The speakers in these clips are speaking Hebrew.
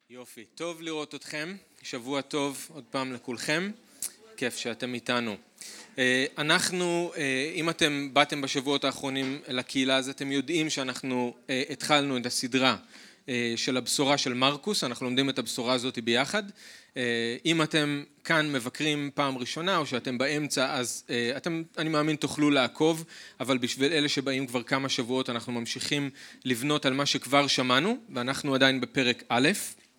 יופי, טוב לראות אתכם, שבוע טוב עוד פעם לכולכם, כיף שאתם איתנו. אנחנו, אם אתם באתם בשבועות האחרונים לקהילה, אז אתם יודעים שאנחנו התחלנו את הסדרה של הבשורה של מרקוס, אנחנו לומדים את הבשורה הזאת ביחד. אם אתם כאן מבקרים פעם ראשונה או שאתם באמצע, אז אתם, אני מאמין, תוכלו לעקוב, אבל בשביל אלה שבאים כבר כמה שבועות אנחנו ממשיכים לבנות על מה שכבר שמענו, ואנחנו עדיין בפרק א'.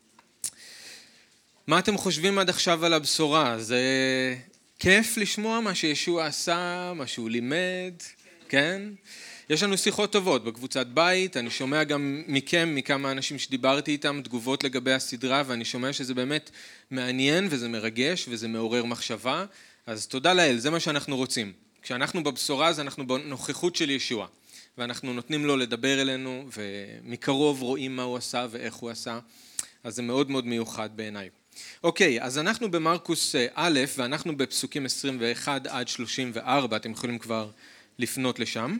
מה אתם חושבים עד עכשיו על הבשורה? זה כיף לשמוע מה שישוע עשה, מה שהוא לימד, כן? יש לנו שיחות טובות בקבוצת בית, אני שומע גם מכם, מכמה אנשים שדיברתי איתם, תגובות לגבי הסדרה, ואני שומע שזה באמת מעניין וזה מרגש וזה מעורר מחשבה, אז תודה לאל, זה מה שאנחנו רוצים. כשאנחנו בבשורה אז אנחנו בנוכחות של ישוע, ואנחנו נותנים לו לדבר אלינו, ומקרוב רואים מה הוא עשה ואיך הוא עשה, אז זה מאוד מאוד מיוחד בעיניי. אוקיי, אז אנחנו במרקוס א', ואנחנו בפסוקים 21 עד 34, אתם יכולים כבר לפנות לשם.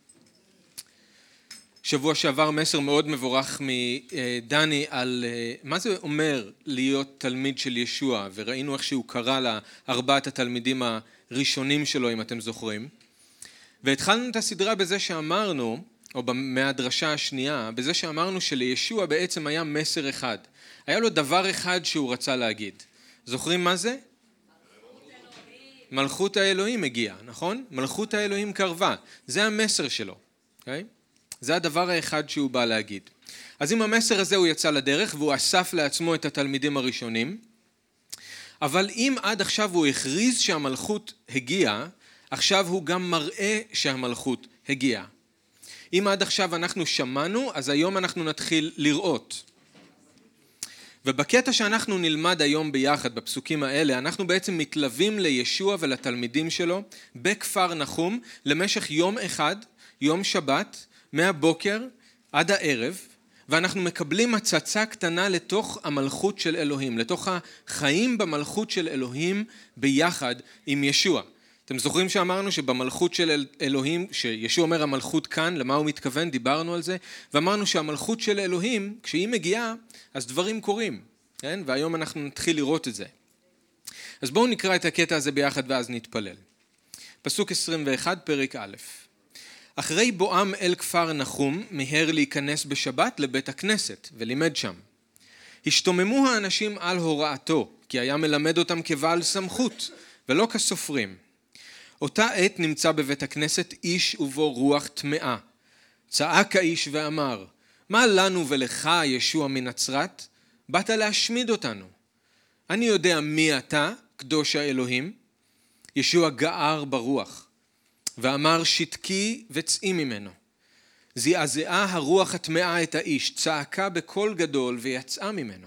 שבוע שעבר מסר מאוד מבורך מדני על מה זה אומר להיות תלמיד של ישוע, וראינו איך שהוא קרא לארבעת התלמידים הראשונים שלו, אם אתם זוכרים. והתחלנו את הסדרה בזה שאמרנו, או מהדרשה השנייה, בזה שאמרנו שלישוע בעצם היה מסר אחד. היה לו דבר אחד שהוא רצה להגיד. זוכרים מה זה? מלכות האלוהים הגיעה, נכון? מלכות האלוהים קרבה. זה המסר שלו. Okay? זה הדבר האחד שהוא בא להגיד. אז עם המסר הזה הוא יצא לדרך והוא אסף לעצמו את התלמידים הראשונים. אבל אם עד עכשיו הוא הכריז שהמלכות הגיעה, עכשיו הוא גם מראה שהמלכות הגיעה. אם עד עכשיו אנחנו שמענו, אז היום אנחנו נתחיל לראות. ובקטע שאנחנו נלמד היום ביחד בפסוקים האלה, אנחנו בעצם מתלווים לישוע ולתלמידים שלו בכפר נחום למשך יום אחד, יום שבת, מהבוקר עד הערב, ואנחנו מקבלים הצצה קטנה לתוך המלכות של אלוהים, לתוך החיים במלכות של אלוהים ביחד עם ישוע. אתם זוכרים שאמרנו שבמלכות של אלוהים, שישוע אומר המלכות כאן, למה הוא מתכוון? דיברנו על זה, ואמרנו שהמלכות של אלוהים, כשהיא מגיעה, אז דברים קורים, כן? והיום אנחנו נתחיל לראות את זה. אז בואו נקרא את הקטע הזה ביחד ואז נתפלל. פסוק 21, פרק א'. אחרי בואם אל כפר נחום, מיהר להיכנס בשבת לבית הכנסת, ולימד שם. השתוממו האנשים על הוראתו, כי היה מלמד אותם כבעל סמכות, ולא כסופרים. אותה עת נמצא בבית הכנסת איש ובו רוח טמאה. צעק האיש ואמר, מה לנו ולך ישוע מנצרת? באת להשמיד אותנו. אני יודע מי אתה, קדוש האלוהים. ישוע גער ברוח, ואמר שתקי וצאי ממנו. זעזעה הרוח הטמאה את האיש, צעקה בקול גדול ויצאה ממנו.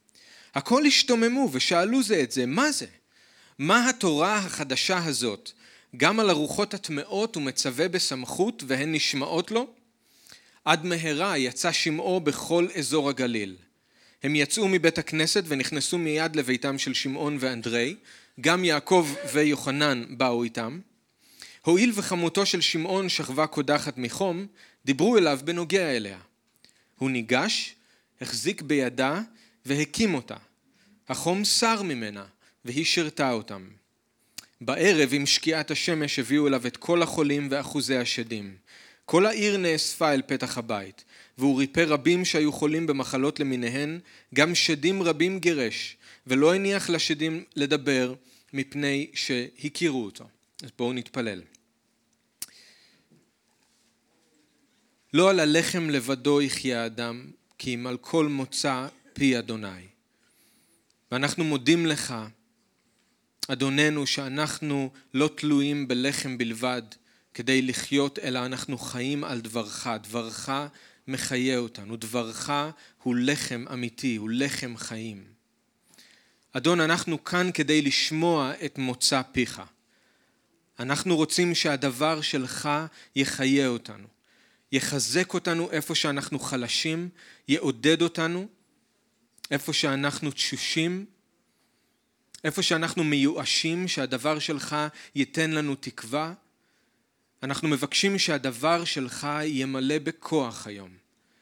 הכל השתוממו ושאלו זה את זה, מה זה? מה התורה החדשה הזאת? גם על הרוחות הטמאות הוא מצווה בסמכות והן נשמעות לו? עד מהרה יצא שמעו בכל אזור הגליל. הם יצאו מבית הכנסת ונכנסו מיד לביתם של שמעון ואנדרי, גם יעקב ויוחנן באו איתם. הואיל וחמותו של שמעון שכבה קודחת מחום, דיברו אליו בנוגע אליה. הוא ניגש, החזיק בידה והקים אותה. החום סר ממנה והיא שרתה אותם. בערב עם שקיעת השמש הביאו אליו את כל החולים ואחוזי השדים. כל העיר נאספה אל פתח הבית, והוא ריפא רבים שהיו חולים במחלות למיניהן, גם שדים רבים גירש, ולא הניח לשדים לדבר מפני שהכירו אותו. אז בואו נתפלל. לא על הלחם לבדו יחיה האדם, כי אם על כל מוצא פי אדוני. ואנחנו מודים לך, אדוננו, שאנחנו לא תלויים בלחם בלבד כדי לחיות, אלא אנחנו חיים על דברך. דברך מחיה אותנו. דברך הוא לחם אמיתי, הוא לחם חיים. אדון, אנחנו כאן כדי לשמוע את מוצא פיך. אנחנו רוצים שהדבר שלך יחיה אותנו. יחזק אותנו איפה שאנחנו חלשים, יעודד אותנו איפה שאנחנו תשושים, איפה שאנחנו מיואשים, שהדבר שלך ייתן לנו תקווה. אנחנו מבקשים שהדבר שלך ימלא בכוח היום.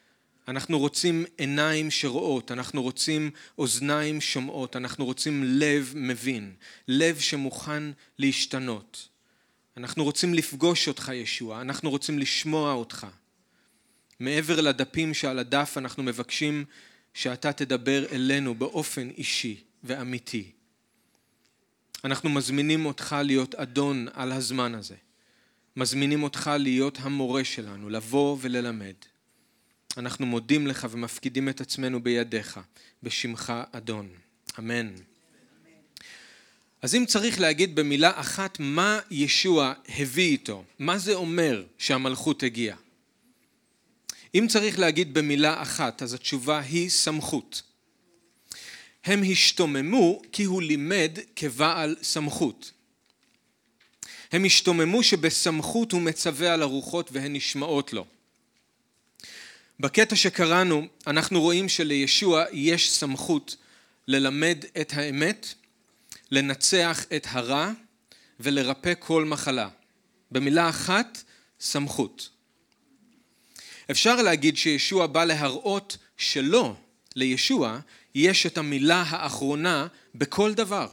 אנחנו רוצים עיניים שרואות, אנחנו רוצים אוזניים שומעות, אנחנו רוצים לב מבין, לב שמוכן להשתנות. אנחנו רוצים לפגוש אותך ישוע, אנחנו רוצים לשמוע אותך. מעבר לדפים שעל הדף אנחנו מבקשים שאתה תדבר אלינו באופן אישי ואמיתי. אנחנו מזמינים אותך להיות אדון על הזמן הזה. מזמינים אותך להיות המורה שלנו, לבוא וללמד. אנחנו מודים לך ומפקידים את עצמנו בידיך, בשמך אדון. אמן. אז אם צריך להגיד במילה אחת מה ישוע הביא איתו, מה זה אומר שהמלכות הגיעה? אם צריך להגיד במילה אחת, אז התשובה היא סמכות. הם השתוממו כי הוא לימד כבעל סמכות. הם השתוממו שבסמכות הוא מצווה על הרוחות והן נשמעות לו. בקטע שקראנו אנחנו רואים שלישוע יש סמכות ללמד את האמת, לנצח את הרע ולרפא כל מחלה. במילה אחת, סמכות. אפשר להגיד שישוע בא להראות שלא, לישוע יש את המילה האחרונה בכל דבר.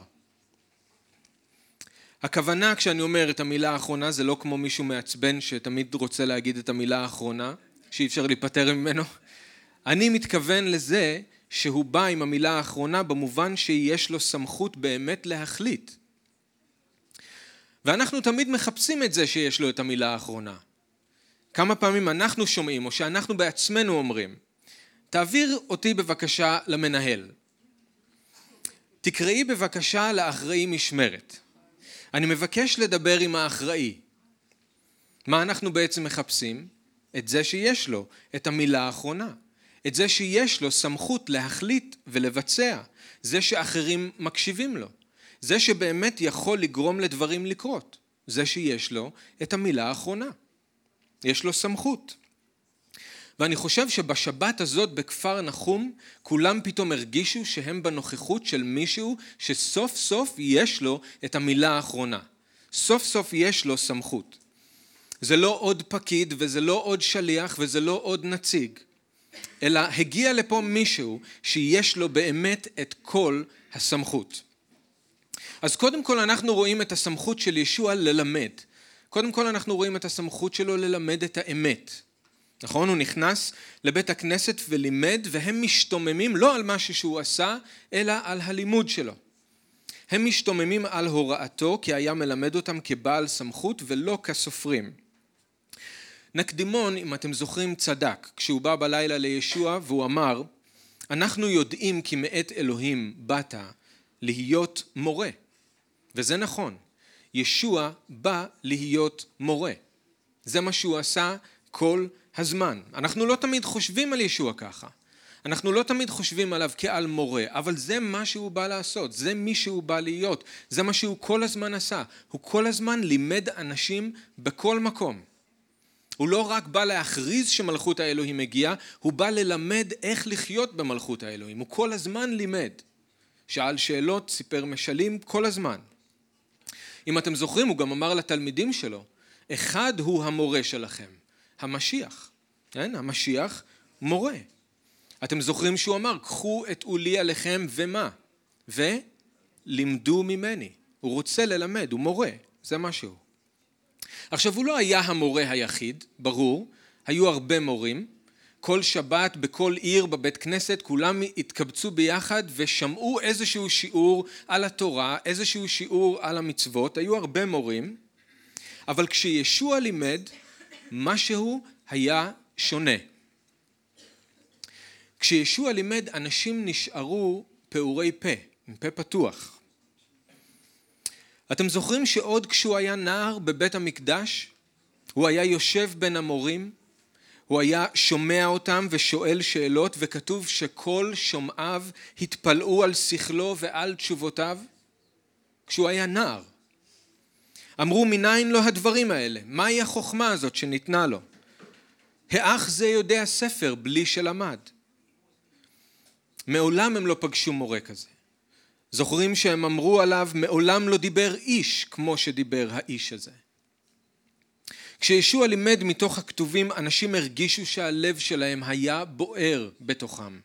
הכוונה כשאני אומר את המילה האחרונה זה לא כמו מישהו מעצבן שתמיד רוצה להגיד את המילה האחרונה, שאי אפשר להיפטר ממנו. אני מתכוון לזה שהוא בא עם המילה האחרונה במובן שיש לו סמכות באמת להחליט. ואנחנו תמיד מחפשים את זה שיש לו את המילה האחרונה. כמה פעמים אנחנו שומעים או שאנחנו בעצמנו אומרים, תעביר אותי בבקשה למנהל. תקראי בבקשה לאחראי משמרת. אני מבקש לדבר עם האחראי. מה אנחנו בעצם מחפשים? את זה שיש לו את המילה האחרונה. את זה שיש לו סמכות להחליט ולבצע. זה שאחרים מקשיבים לו. זה שבאמת יכול לגרום לדברים לקרות. זה שיש לו את המילה האחרונה. יש לו סמכות. ואני חושב שבשבת הזאת בכפר נחום, כולם פתאום הרגישו שהם בנוכחות של מישהו שסוף סוף יש לו את המילה האחרונה. סוף סוף יש לו סמכות. זה לא עוד פקיד וזה לא עוד שליח וזה לא עוד נציג, אלא הגיע לפה מישהו שיש לו באמת את כל הסמכות. אז קודם כל אנחנו רואים את הסמכות של ישוע ללמד. קודם כל אנחנו רואים את הסמכות שלו ללמד את האמת. נכון? הוא נכנס לבית הכנסת ולימד והם משתוממים לא על מה שהוא עשה, אלא על הלימוד שלו. הם משתוממים על הוראתו כי היה מלמד אותם כבעל סמכות ולא כסופרים. נקדימון, אם אתם זוכרים, צדק כשהוא בא בלילה לישוע והוא אמר, אנחנו יודעים כי מאת אלוהים באת להיות מורה. וזה נכון. ישוע בא להיות מורה. זה מה שהוא עשה כל הזמן. אנחנו לא תמיד חושבים על ישוע ככה. אנחנו לא תמיד חושבים עליו כעל מורה, אבל זה מה שהוא בא לעשות, זה מי שהוא בא להיות, זה מה שהוא כל הזמן עשה. הוא כל הזמן לימד אנשים בכל מקום. הוא לא רק בא להכריז שמלכות האלוהים הגיעה, הוא בא ללמד איך לחיות במלכות האלוהים. הוא כל הזמן לימד. שאל שאלות, סיפר משלים, כל הזמן. אם אתם זוכרים, הוא גם אמר לתלמידים שלו, אחד הוא המורה שלכם, המשיח. כן? המשיח מורה. אתם זוכרים שהוא אמר, קחו את עולי עליכם ומה? ולימדו ממני. הוא רוצה ללמד, הוא מורה, זה משהו. עכשיו הוא לא היה המורה היחיד, ברור, היו הרבה מורים. כל שבת בכל עיר בבית כנסת כולם התקבצו ביחד ושמעו איזשהו שיעור על התורה, איזשהו שיעור על המצוות, היו הרבה מורים. אבל כשישוע לימד, משהו היה שונה. כשישוע לימד, אנשים נשארו פעורי פה, עם פה פתוח. אתם זוכרים שעוד כשהוא היה נער בבית המקדש, הוא היה יושב בין המורים, הוא היה שומע אותם ושואל שאלות, וכתוב שכל שומעיו התפלאו על שכלו ועל תשובותיו, כשהוא היה נער. אמרו, מניין לו הדברים האלה? מהי החוכמה הזאת שניתנה לו? האח זה יודע ספר בלי שלמד. מעולם הם לא פגשו מורה כזה. זוכרים שהם אמרו עליו, מעולם לא דיבר איש כמו שדיבר האיש הזה. כשישוע לימד מתוך הכתובים, אנשים הרגישו שהלב שלהם היה בוער בתוכם.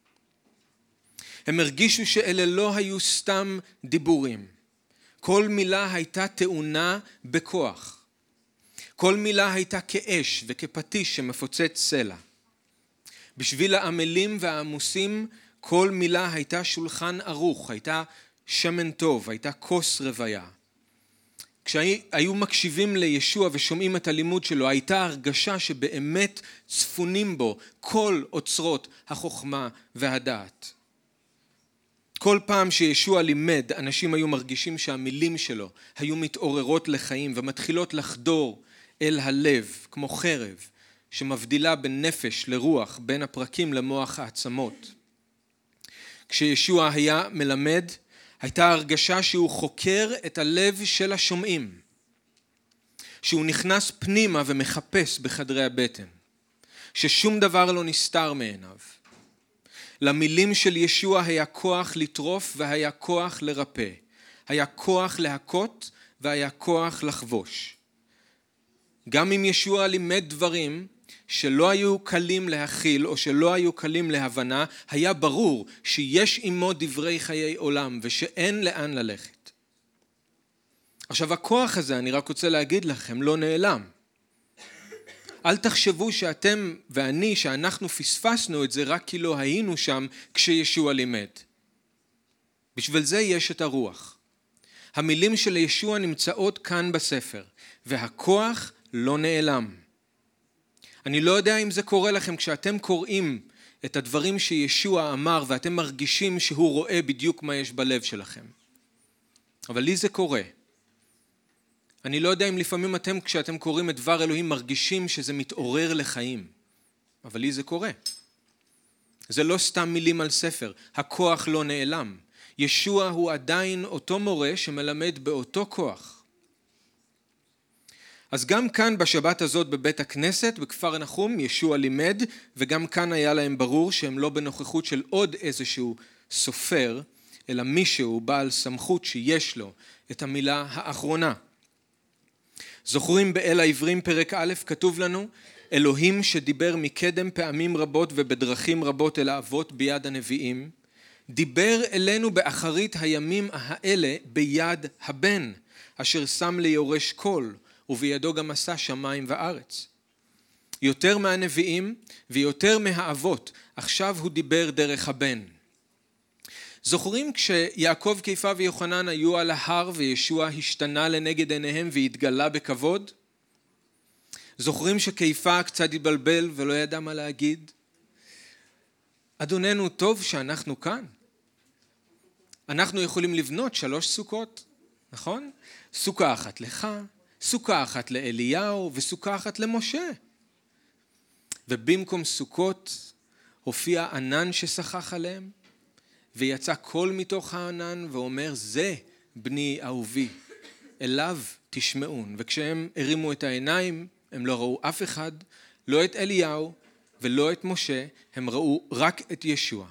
הם הרגישו שאלה לא היו סתם דיבורים. כל מילה הייתה טעונה בכוח. כל מילה הייתה כאש וכפטיש שמפוצץ סלע. בשביל העמלים והעמוסים, כל מילה הייתה שולחן ערוך, הייתה שמן טוב, הייתה כוס רוויה. כשהיו מקשיבים לישוע ושומעים את הלימוד שלו, הייתה הרגשה שבאמת צפונים בו כל אוצרות החוכמה והדעת. כל פעם שישוע לימד, אנשים היו מרגישים שהמילים שלו היו מתעוררות לחיים ומתחילות לחדור אל הלב, כמו חרב, שמבדילה בין נפש לרוח, בין הפרקים למוח העצמות. כשישוע היה מלמד, הייתה הרגשה שהוא חוקר את הלב של השומעים, שהוא נכנס פנימה ומחפש בחדרי הבטן, ששום דבר לא נסתר מעיניו. למילים של ישוע היה כוח לטרוף והיה כוח לרפא, היה כוח להכות והיה כוח לחבוש. גם אם ישוע לימד דברים שלא היו קלים להכיל או שלא היו קלים להבנה, היה ברור שיש עמו דברי חיי עולם ושאין לאן ללכת. עכשיו הכוח הזה, אני רק רוצה להגיד לכם, לא נעלם. אל תחשבו שאתם ואני, שאנחנו פספסנו את זה רק כי לא היינו שם כשישוע לימד. בשביל זה יש את הרוח. המילים של ישוע נמצאות כאן בספר, והכוח לא נעלם. אני לא יודע אם זה קורה לכם כשאתם קוראים את הדברים שישוע אמר ואתם מרגישים שהוא רואה בדיוק מה יש בלב שלכם. אבל לי זה קורה. אני לא יודע אם לפעמים אתם כשאתם קוראים את דבר אלוהים מרגישים שזה מתעורר לחיים. אבל לי זה קורה. זה לא סתם מילים על ספר. הכוח לא נעלם. ישוע הוא עדיין אותו מורה שמלמד באותו כוח. אז גם כאן בשבת הזאת בבית הכנסת, בכפר נחום, ישוע לימד, וגם כאן היה להם ברור שהם לא בנוכחות של עוד איזשהו סופר, אלא מישהו בעל סמכות שיש לו את המילה האחרונה. זוכרים באל העברים פרק א' כתוב לנו, אלוהים שדיבר מקדם פעמים רבות ובדרכים רבות אל האבות ביד הנביאים, דיבר אלינו באחרית הימים האלה ביד הבן, אשר שם ליורש כל, ובידו גם עשה שמיים וארץ. יותר מהנביאים ויותר מהאבות, עכשיו הוא דיבר דרך הבן. זוכרים כשיעקב, קיפה ויוחנן היו על ההר וישוע השתנה לנגד עיניהם והתגלה בכבוד? זוכרים שקיפה קצת התבלבל ולא ידע מה להגיד? אדוננו, טוב שאנחנו כאן. אנחנו יכולים לבנות 3 סוכות, נכון? סוכה אחת לך, סוכה אחת לאליהו וסוכה אחת למשה. ובמקום סוכות הופיע ענן ששכח עליהם, ויצא קול מתוך הענן ואומר, זה בני אהובי, אליו תשמעון. וכשהם הרימו את העיניים, הם לא ראו אף אחד, לא את אליהו ולא את משה, הם ראו רק את ישוע.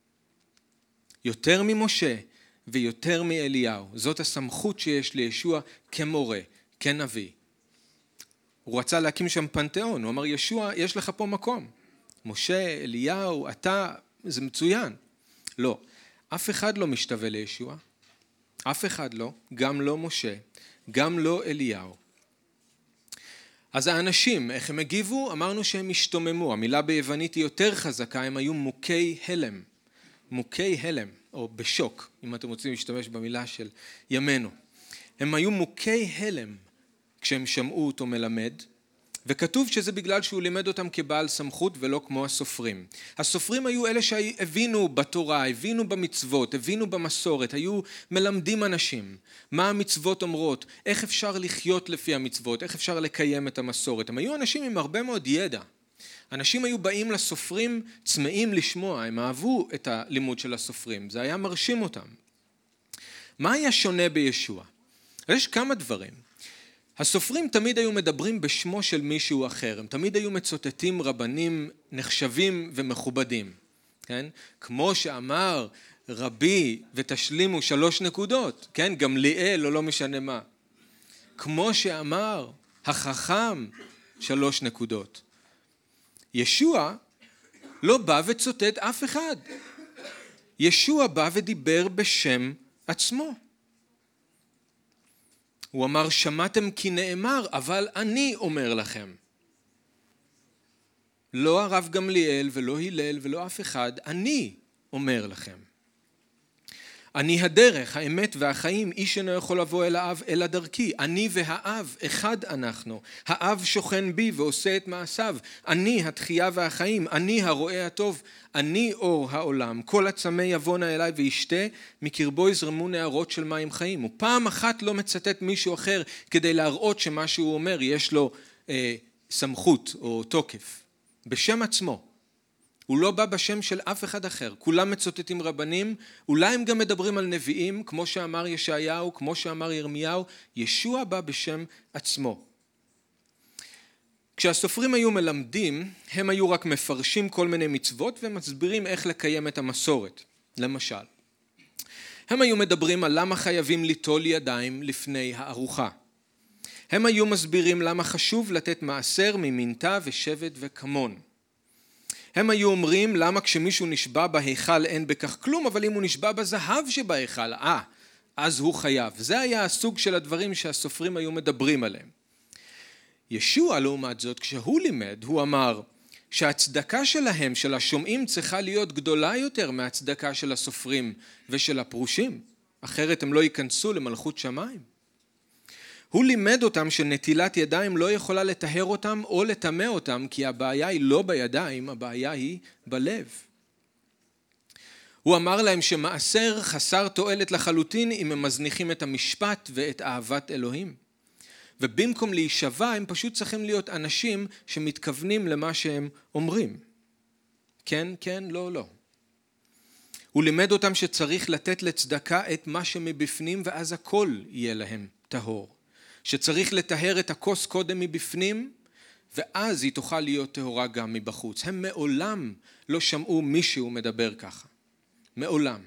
יותר ממשה ויותר מאליהו, זאת הסמכות שיש לישוע כמורה, כנביא. הוא רצה להקים שם פנתיאון, הוא אמר, ישוע, יש לך פה מקום. משה, אליהו, אתה, זה מצוין. לא, אף אחד לא משתווה לישוע, אף אחד לא, גם לא משה, גם לא אליהו. אז האנשים, איך הם הגיבו? אמרנו שהם השתוממו, המילה ביוונית היא יותר חזקה, הם היו מוכי הלם, מוכי הלם, או בשוק, אם אתם רוצים להשתמש במילה של ימינו. הם היו מוכי הלם כשהם שמעו אותו מלמד, וכתוב שזה בגלל שהוא לימד אותם כבעל סמכות ולא כמו הסופרים. הסופרים היו אלה שהבינו בתורה, הבינו במצוות, הבינו במסורת, היו מלמדים אנשים מה המצוות אומרות, איך אפשר לחיות לפי המצוות, איך אפשר לקיים את המסורת. הם היו אנשים עם הרבה מאוד ידע. אנשים היו באים לסופרים צמאים לשמוע, הם אהבו את הלימוד של הסופרים, זה היה מרשים אותם. מה היה שונה בישוע? יש כמה דברים. הסופרים תמיד היו מדברים בשמו של מישהו אחר, הם תמיד היו מצוטטים רבנים נחשבים ומכובדים, כן? כמו שאמר רבי ותשלימו 3 נקודות, כן? גמליאל או לא משנה מה. כמו שאמר, החכם 3 נקודות. ישוע לא בא וצוטט אף אחד. ישוע בא ודיבר בשם עצמו. הוא אמר, שמעתם כי נאמר, אבל אני אומר לכם. לא הרב גמליאל ולא הלל ולא אף אחד, אני אומר לכם. אני הדרך, האמת והחיים, איש אינו יכול לבוא אל האב אלא דרכי. אני והאב, אחד אנחנו. האב שוכן בי ועושה את מעשיו. אני התחייה והחיים, אני הרואה הטוב, אני אור העולם. כל הצמא יבואנה אליי וישתה, מקרבו יזרמו נהרות של מים חיים. הוא פעם אחת לא מצטט מישהו אחר כדי להראות שמה שהוא אומר יש לו סמכות או תוקף. בשם עצמו. הוא לא בא בשם של אף אחד אחר. כולם מצוטטים רבנים, אולי הם גם מדברים על נביאים, כמו שאמר ישעיהו, כמו שאמר ירמיהו. ישוע בא בשם עצמו. כשהסופרים היו מלמדים, הם היו רק מפרשים כל מיני מצוות ומסבירים איך לקיים את המסורת. למשל, הם היו מדברים על למה חייבים ליטול ידיים לפני הארוחה. הם היו מסבירים למה חשוב לתת מעשר ממינתה ושבט וכמון. הם היו אומרים למה כשמישהו נשבע בהיכל אין בכך כלום, אבל אם הוא נשבע בזהב שבהיכל, אז הוא חייב. זה היה הסוג של הדברים שהסופרים היו מדברים עליהם. ישוע לעומת זאת, כשהוא לימד, הוא אמר שהצדקה שלהם, של השומעים, צריכה להיות גדולה יותר מהצדקה של הסופרים ושל הפרושים. אחרת הם לא ייכנסו למלכות שמיים. הוא לימד אותם שנטילת ידיים לא יכולה לטהר אותם או לטמא אותם, כי הבעיה היא לא בידיים, הבעיה היא בלב. הוא אמר להם שמעשר חסר תועלת לחלוטין אם הם מזניחים את המשפט ואת אהבת אלוהים. ובמקום להישבע הם פשוט צריכים להיות אנשים שמתכוונים למה שהם אומרים. כן, כן, לא, לא. הוא לימד אותם שצריך לתת לצדקה את מה שמבפנים ואז הכל יהיה להם טהור. שצריך לטהר את הכוס קודם מבפנים ואז היא תוכל להיות טהורה גם מבחוץ. הם מעולם לא שמעו מישהו מדבר ככה. מעולם.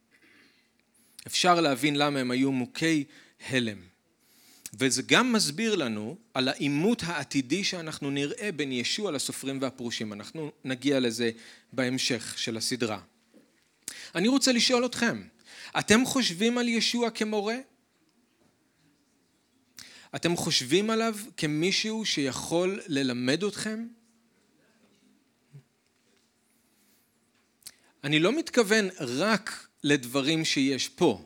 אפשר להבין למה הם היו מוכי הלם. וזה גם מסביר לנו על העימות העתידי שאנחנו נראה בין ישוע לסופרים והפרושים. אנחנו נגיע לזה בהמשך של הסדרה. אני רוצה לשאול אתכם, אתם חושבים על ישוע כמורה? אתם חושבים עליו כמישהו שיכול ללמד אתכם? אני לא מתכוון רק לדברים שיש פה.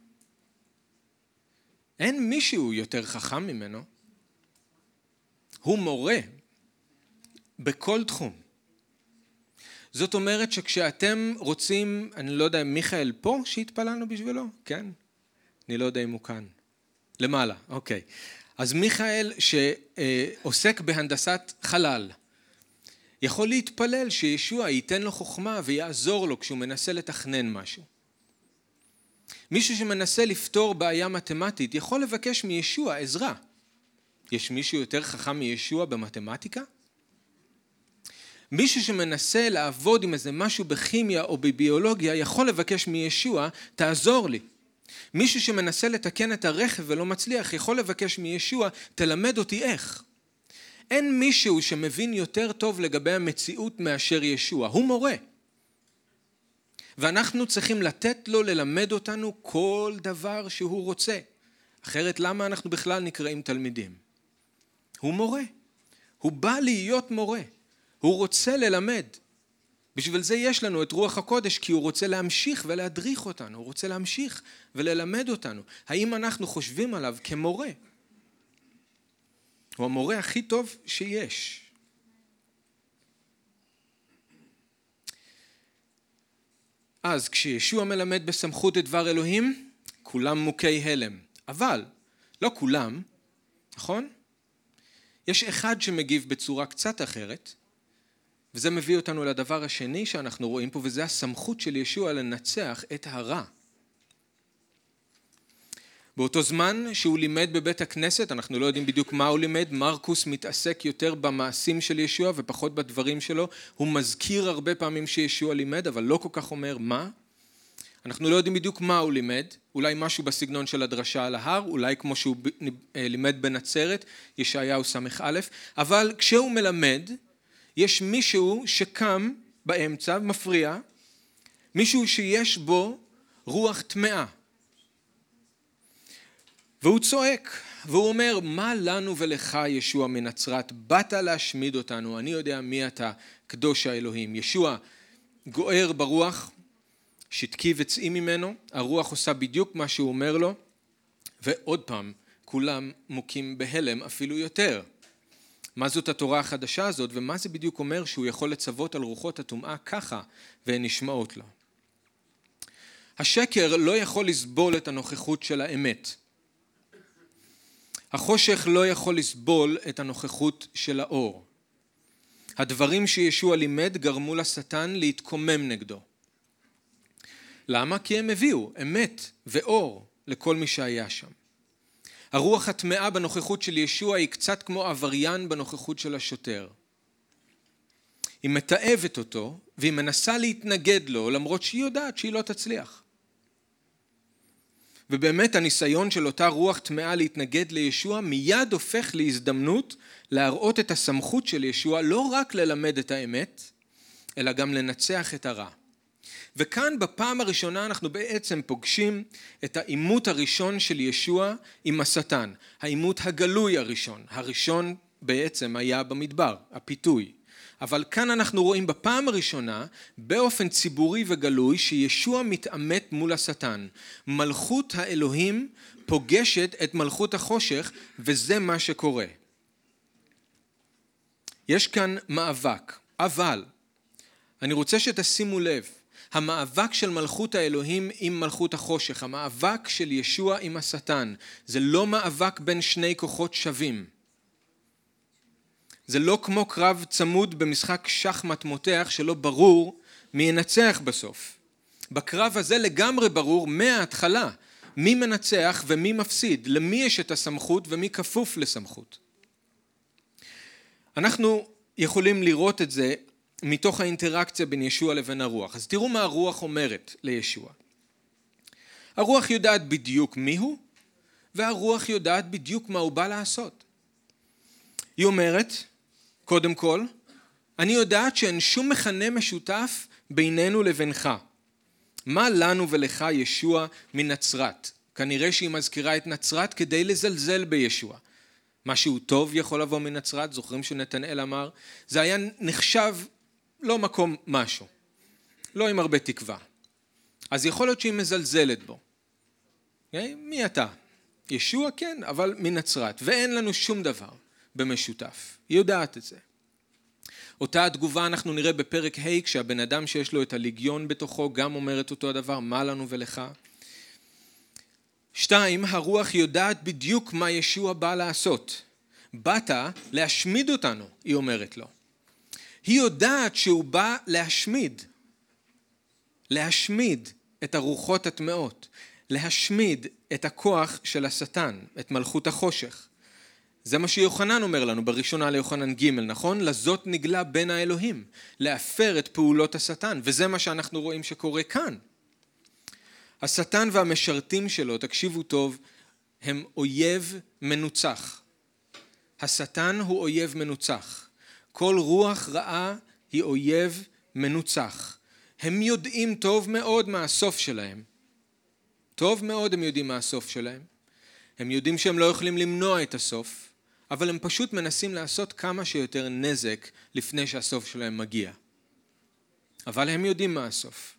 אין מישהו יותר חכם ממנו. הוא מורה בכל תחום. זאת אומרת שכשאתם רוצים, אני לא יודע אם מיכאל פה שהתפללנו בשבילו, כן? אני לא יודע אם הוא כאן. למעלה, אוקיי. אז מיכאל שעוסק בהנדסת חלל, יכול להתפלל שישוע ייתן לו חוכמה ויעזור לו כשהוא מנסה לתכנן משהו. מישהו שמנסה לפתור בעיה מתמטית יכול לבקש מישוע עזרה. יש מישהו יותר חכם מישוע במתמטיקה? מישהו שמנסה לעבוד עם איזה משהו בכימיה או בביולוגיה יכול לבקש מישוע, תעזור לי. מישהו שמנסה לתקן את הרכב ולא מצליח יכול לבקש מישוע, תלמד אותי איך. אין מישהו שמבין יותר טוב לגבי המציאות מאשר ישוע. הוא מורה. ואנחנו צריכים לתת לו ללמד אותנו כל דבר שהוא רוצה. אחרת למה אנחנו בכלל נקראים תלמידים? הוא מורה. הוא בא להיות מורה. הוא רוצה ללמד. בשביל זה יש לנו את רוח הקודש, כי הוא רוצה להמשיך ולהדריך אותנו. הוא רוצה להמשיך וללמד אותנו. האם אנחנו חושבים עליו כמורה? הוא המורה הכי טוב שיש. אז כשישוע מלמד בסמכות את דבר אלוהים, כולם מוכי הלם. אבל לא כולם, נכון? יש אחד שמגיב בצורה קצת אחרת, וזה מביא אותנו לדבר השני שאנחנו רואים פה, וזה הסמכות של ישוע לנצח את הרע. באותו זמן שהוא לימד בבית הכנסת, אנחנו לא יודעים בדיוק מה הוא לימד, מרקוס מתעסק יותר במעשים של ישוע ופחות בדברים שלו, הוא מזכיר הרבה פעמים שישוע לימד, אבל לא כל כך אומר מה. אנחנו לא יודעים בדיוק מה הוא לימד, אולי משהו בסגנון של הדרשה על ההר, אולי כמו שהוא לימד בנצרת, ישעיהו ס"א, אבל כשהוא מלמד, יש מישהו שקם באמצע, מפריע, מישהו שיש בו רוח טמאה. והוא צועק, והוא אומר, מה לנו ולך ישוע מנצרת? באת להשמיד אותנו, אני יודע מי אתה, קדוש האלוהים. ישוע גוער ברוח, שתקי וצאי ממנו, הרוח עושה בדיוק מה שהוא אומר לו, ועוד פעם, כולם מוכים בהלם אפילו יותר. מה זאת התורה החדשה הזאת, ומה זה בדיוק אומר שהוא יכול לצוות על רוחות הטומאה ככה, והן נשמעות לו. השקר לא יכול לסבול את הנוכחות של האמת. החושך לא יכול לסבול את הנוכחות של האור. הדברים שישוע לימד גרמו לשטן להתקומם נגדו. למה? כי הם הביאו אמת ואור לכל מי שהיה שם. הרוח הטמאה בנוכחות של ישוע היא קצת כמו עבריין בנוכחות של השוטר. היא מתעבת אותו והיא מנסה להתנגד לו למרות שהיא יודעת שהיא לא תצליח. ובאמת הניסיון של אותה רוח טמאה להתנגד לישוע מיד הופך להזדמנות להראות את הסמכות של ישוע לא רק ללמד את האמת, אלא גם לנצח את הרע. וכאן בפעם הראשונה אנחנו בעצם פוגשים את העימות הראשון של ישוע עם השטן, העימות הגלוי הראשון בעצם היה במדבר, הפיתוי. אבל כאן אנחנו רואים בפעם הראשונה באופן ציבורי וגלוי שישוע מתעמת מול השטן. מלכות האלוהים פוגשת את מלכות החושך וזה מה שקורה. יש כאן מאבק, אבל אני רוצה שתשימו לב, המאבק של מלכות האלוהים עם מלכות החושך, המאבק של ישוע עם השטן, זה לא מאבק בין שני כוחות שווים. זה לא כמו קרב צמוד במשחק שחמט מותח שלא ברור מי ינצח בסוף. בקרב הזה לגמרי ברור מההתחלה מי מנצח ומי מפסיד, למי יש את הסמכות ומי כפוף לסמכות. אנחנו יכולים לראות את זה מתוך האינטראקציה בין ישוע לבין הרוח. אז תראו מה הרוח אומרת לישוע. הרוח יודעת בדיוק מי הוא, והרוח יודעת בדיוק מה הוא בא לעשות. היא אומרת, קודם כל, אני יודעת שאין שום מכנה משותף בינינו לבינך. מה לנו ולך ישוע מנצרת? כנראה שהיא מזכירה את נצרת כדי לזלזל בישוע. משהו טוב יכול לבוא מנצרת, זוכרים שנתנאל אמר, זה היה נחשב לא מקום משהו, לא עם הרבה תקווה. אז יכול להיות שהיא מזלזלת בו. מי אתה? ישוע כן, אבל מנצרת, ואין לנו שום דבר במשותף. היא יודעת את זה. אותה התגובה אנחנו נראה בפרק ה' כשהבן אדם שיש לו את הליגיון בתוכו גם אומר את אותו הדבר, מה לנו ולך? 2, הרוח יודעת בדיוק מה ישוע בא לעשות. באת להשמיד אותנו, היא אומרת לו. היא יודעת שהוא בא להשמיד את הרוחות הטמאות, להשמיד את הכוח של השטן, את מלכות החושך. זה מה שיוחנן אומר לנו בראשונה ליוחנן ג', נכון? לזאת נגלה בין האלוהים, להפר את פעולות השטן, וזה מה שאנחנו רואים שקורה כאן. השטן והמשרתים שלו, תקשיבו טוב, הם אויב מנוצח. השטן הוא אויב מנוצח. כל רוח רעה היא אויב מנוצח. הם יודעים טוב מאוד מה הסוף שלהם. טוב מאוד הם יודעים מה הסוף שלהם. הם יודעים שהם לא יכולים למנוע את הסוף, אבל הם פשוט מנסים לעשות כמה שיותר נזק לפני שהסוף שלהם מגיע. אבל הם יודעים מה הסוף.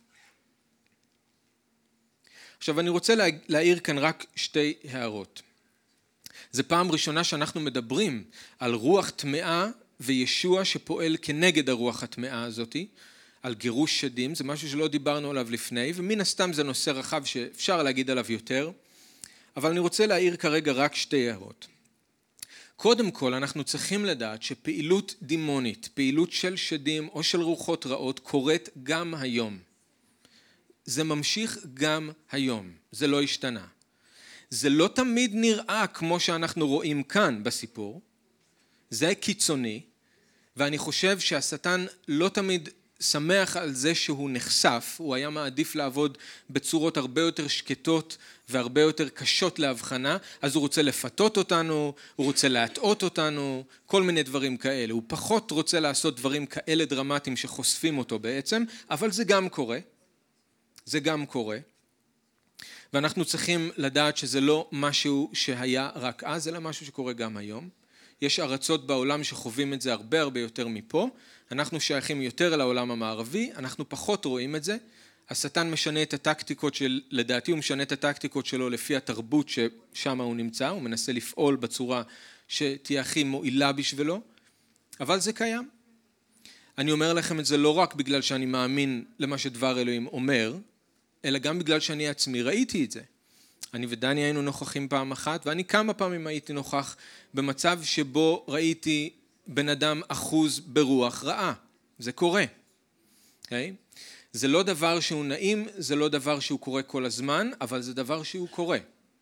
עכשיו אני רוצה להעיר כאן רק 2 הערות. זה פעם ראשונה שאנחנו מדברים על רוח טמאה וישוע שפועל כנגד הרוח הטמאה הזאת, על גירוש שדים, זה משהו שלא דיברנו עליו לפני, ומן הסתם זה נושא רחב שאפשר להגיד עליו יותר, אבל אני רוצה להעיר כרגע רק 2 הערות. קודם כל אנחנו צריכים לדעת שפעילות דימונית, פעילות של שדים או של רוחות רעות קורית גם היום. זה ממשיך גם היום, זה לא השתנה. זה לא תמיד נראה כמו שאנחנו רואים כאן בסיפור, זה קיצוני, ואני חושב שהשטן לא תמיד שמח על זה שהוא נחשף, הוא היה מעדיף לעבוד בצורות הרבה יותר שקטות והרבה יותר קשות להבחנה, אז הוא רוצה לפתות אותנו, הוא רוצה להטעות אותנו, כל מיני דברים כאלה. הוא פחות רוצה לעשות דברים כאלה דרמטיים שחושפים אותו בעצם, אבל זה גם קורה. זה גם קורה. ואנחנו צריכים לדעת שזה לא משהו שהיה רק אז, אלא משהו שקורה גם היום. יש ארצות בעולם שחווים את זה הרבה הרבה יותר מפה. אנחנו שייכים יותר לעולם המערבי, אנחנו פחות רואים את זה. השטן משנה את הטקטיקות לדעתי הוא משנה את הטקטיקות שלו לפי התרבות ששם הוא נמצא, הוא מנסה לפעול בצורה שתהיה הכי מועילה בשבילו, אבל זה קיים. אני אומר לכם את זה לא רק בגלל שאני מאמין למה שדבר אלוהים אומר, אלא גם בגלל שאני עצמי ראיתי את זה. אני ודני היינו נוכחים פעם אחת, ואני כמה פעמים הייתי נוכח במצב שבו ראיתי בן אדם אחוז ברוח רעה. זה קורה. Okay? זה לא דבר שהוא נעים, זה לא דבר שהוא קורה כל הזמן, אבל זה דבר שהוא קורה.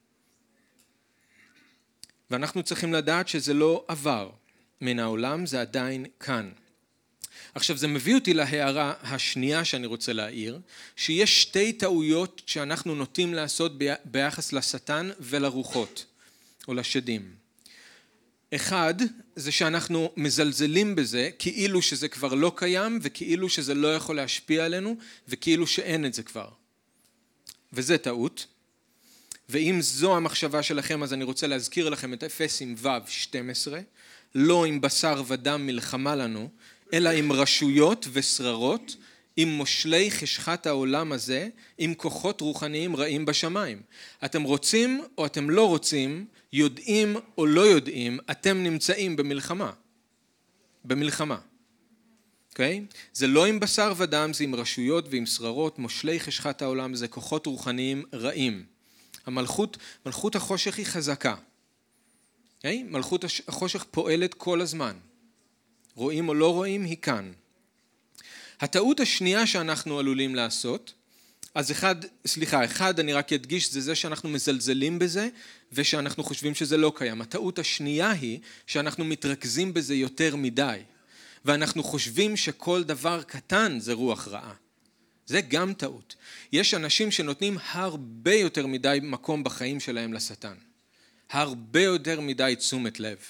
ואנחנו צריכים לדעת שזה לא עבר מן העולם, זה עדיין כאן. עכשיו זה מביא אותי להערה השנייה שאני רוצה להעיר, שיש שתי טעויות שאנחנו נוטים לעשות ביחס לשטן ולרוחות, או לשדים. אחד, זה שאנחנו מזלזלים בזה, כאילו שזה כבר לא קיים, וכאילו שזה לא יכול להשפיע עלינו, וכאילו שאין את זה כבר. וזה טעות. ואם זו המחשבה שלכם, אז אני רוצה להזכיר לכם את אפסים ו-12, לא עם בשר ודם מלחמה לנו, אלא עם רשויות ושררות, עם מושלי חשכת העולם הזה, עם כוחות רוחניים רעים בשמיים. אתם רוצים או אתם לא רוצים, יודעים או לא יודעים, אתם נמצאים במלחמה. במלחמה. אוקיי? זה לא עם בשר ודם, זה עם רשויות ועם שררות, מושלי חשכת העולם, זה כוחות רוחניים רעים. מלכות החושך היא חזקה. אוקיי? מלכות החושך פועלת כל הזמן. רואים או לא רואים, היא כאן. הטעות השנייה שאנחנו עלולים לעשות, אז אחד אני רק אדגיש, זה שאנחנו מזלזלים בזה, ושאנחנו חושבים שזה לא קיים. הטעות השנייה היא שאנחנו מתרכזים בזה יותר מדי, ואנחנו חושבים שכל דבר קטן זה רוח רעה. זה גם טעות. יש אנשים שנותנים הרבה יותר מדי מקום בחיים שלהם לשטן. הרבה יותר מדי תשומת לב.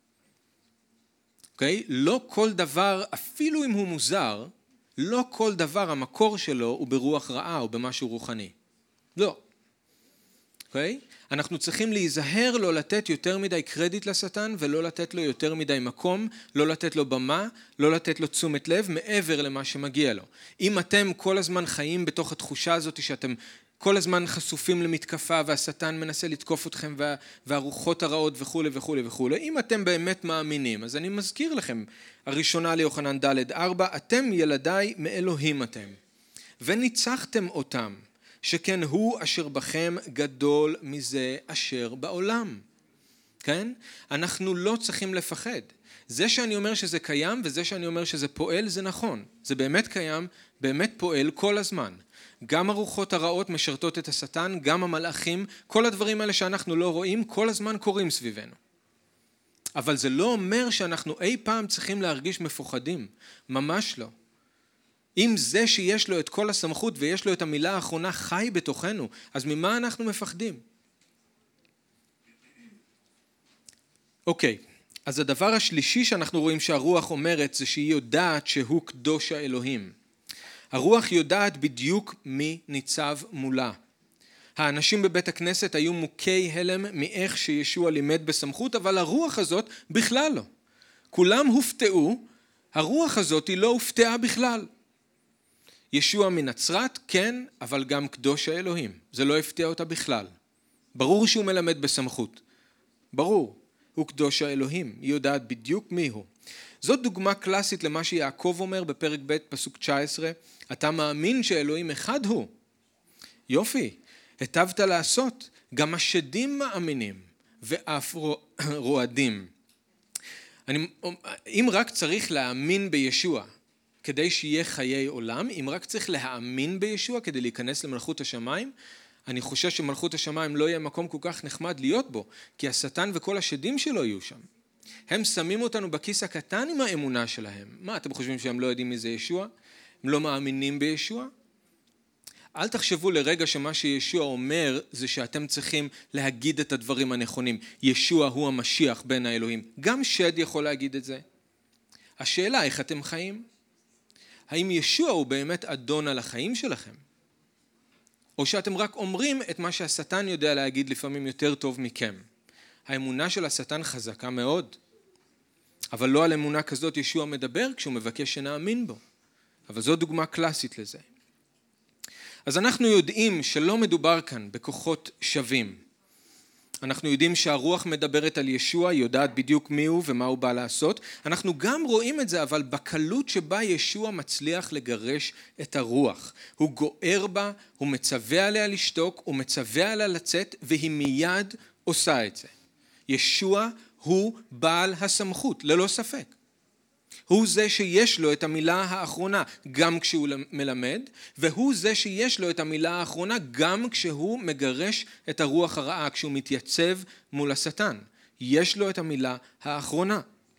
אוקיי? לא כל דבר, אפילו אם הוא מוזר, לא כל דבר המקור שלו הוא ברוח רעה או במשהו רוחני. לא. אוקיי? אנחנו צריכים להיזהר לא לתת יותר מדי קרדיט לשטן ולא לתת לו יותר מדי מקום, לא לתת לו במה, לא לתת לו תשומת לב מעבר למה שמגיע לו. אם אתם כל הזמן חיים בתוך התחושה הזאת שאתם כל הזמן חשופים למתקפה והשטן מנסה לתקוף אתכם והרוחות הרעות וכו' וכו' וכו'. אם אתם באמת מאמינים, אז אני מזכיר לכם, הראשונה ליוחנן ד' 4, אתם ילדיי מאלוהים אתם, וניצחתם אותם, שכן הוא אשר בכם גדול מזה אשר בעולם. כן? אנחנו לא צריכים לפחד. זה שאני אומר שזה קיים וזה שאני אומר שזה פועל זה נכון. זה באמת קיים, באמת פועל כל הזמן. גם הרוחות הרעות משרתות את השטן, גם המלאכים, כל הדברים האלה שאנחנו לא רואים, כל הזמן קורים סביבנו. אבל זה לא אומר שאנחנו אי פעם צריכים להרגיש מפוחדים, ממש לא. אם זה שיש לו את כל הסמכות ויש לו את המילה האחרונה חי בתוכנו, אז ממה אנחנו מפחדים? אוקיי, אז הדבר השלישי שאנחנו רואים שהרוח אומרת זה שהיא יודעת שהוא קדוש האלוהים. הרוח יודעת בדיוק מי ניצב מולה. האנשים בבית הכנסת היו מוכי הלם מאיך שישוע לימד בסמכות, אבל הרוח הזאת בכלל לא. כולם הופתעו, הרוח הזאת היא לא הופתעה בכלל. ישוע מנצרת, כן, אבל גם קדוש האלוהים. זה לא הפתיע אותה בכלל. ברור שהוא מלמד בסמכות. ברור, הוא קדוש האלוהים. היא יודעת בדיוק מי הוא. זאת דוגמה קלאסית למה שיעקב אומר בפרק ב' פסוק 19, אתה מאמין שאלוהים אחד הוא. יופי, היטבת לעשות, גם השדים מאמינים ואף רועדים. אם רק צריך להאמין בישוע כדי שיהיה חיי עולם, אם רק צריך להאמין בישוע כדי להיכנס למלכות השמיים, אני חושב שמלכות השמיים לא יהיה מקום כל כך נחמד להיות בו, כי השטן וכל השדים שלו יהיו שם. הם שמים אותנו בכיס הקטן עם האמונה שלהם. מה, אתם חושבים שהם לא יודעים מי זה ישוע? הם לא מאמינים בישוע. אל תחשבו לרגע שמה שישוע אומר זה שאתם צריכים להגיד את הדברים הנכונים. ישוע הוא המשיח בין האלוהים. גם שד יכול להגיד את זה. השאלה איך אתם חיים? האם ישוע הוא באמת אדון על החיים שלכם? או שאתם רק אומרים את מה שהשטן יודע להגיד לפעמים יותר טוב מכם? האמונה של השטן חזקה מאוד. אבל לא על אמונה כזאת ישוע מדבר כשהוא מבקש שנאמין בו. אבל זו דוגמה קלאסית לזה. אז אנחנו יודעים שלא מדובר כאן בכוחות שווים. אנחנו יודעים שהרוח מדברת על ישוע, היא יודעת בדיוק מי הוא ומה הוא בא לעשות. אנחנו גם רואים את זה, אבל בקלות שבה ישוע מצליח לגרש את הרוח. הוא גוער בה, הוא מצווה עליה לשתוק, הוא מצווה עליה לצאת, והיא מיד עושה את זה. ישוע הוא בעל הסמכות, ללא ספק. הוא זה שיש לו את המילה האחרונה גם כשהוא מלמד, והוא זה שיש לו את המילה האחרונה גם כשהוא מגרש את הרוח הרעה, כשהוא מתייצב מול השטן. יש לו את המילה האחרונה.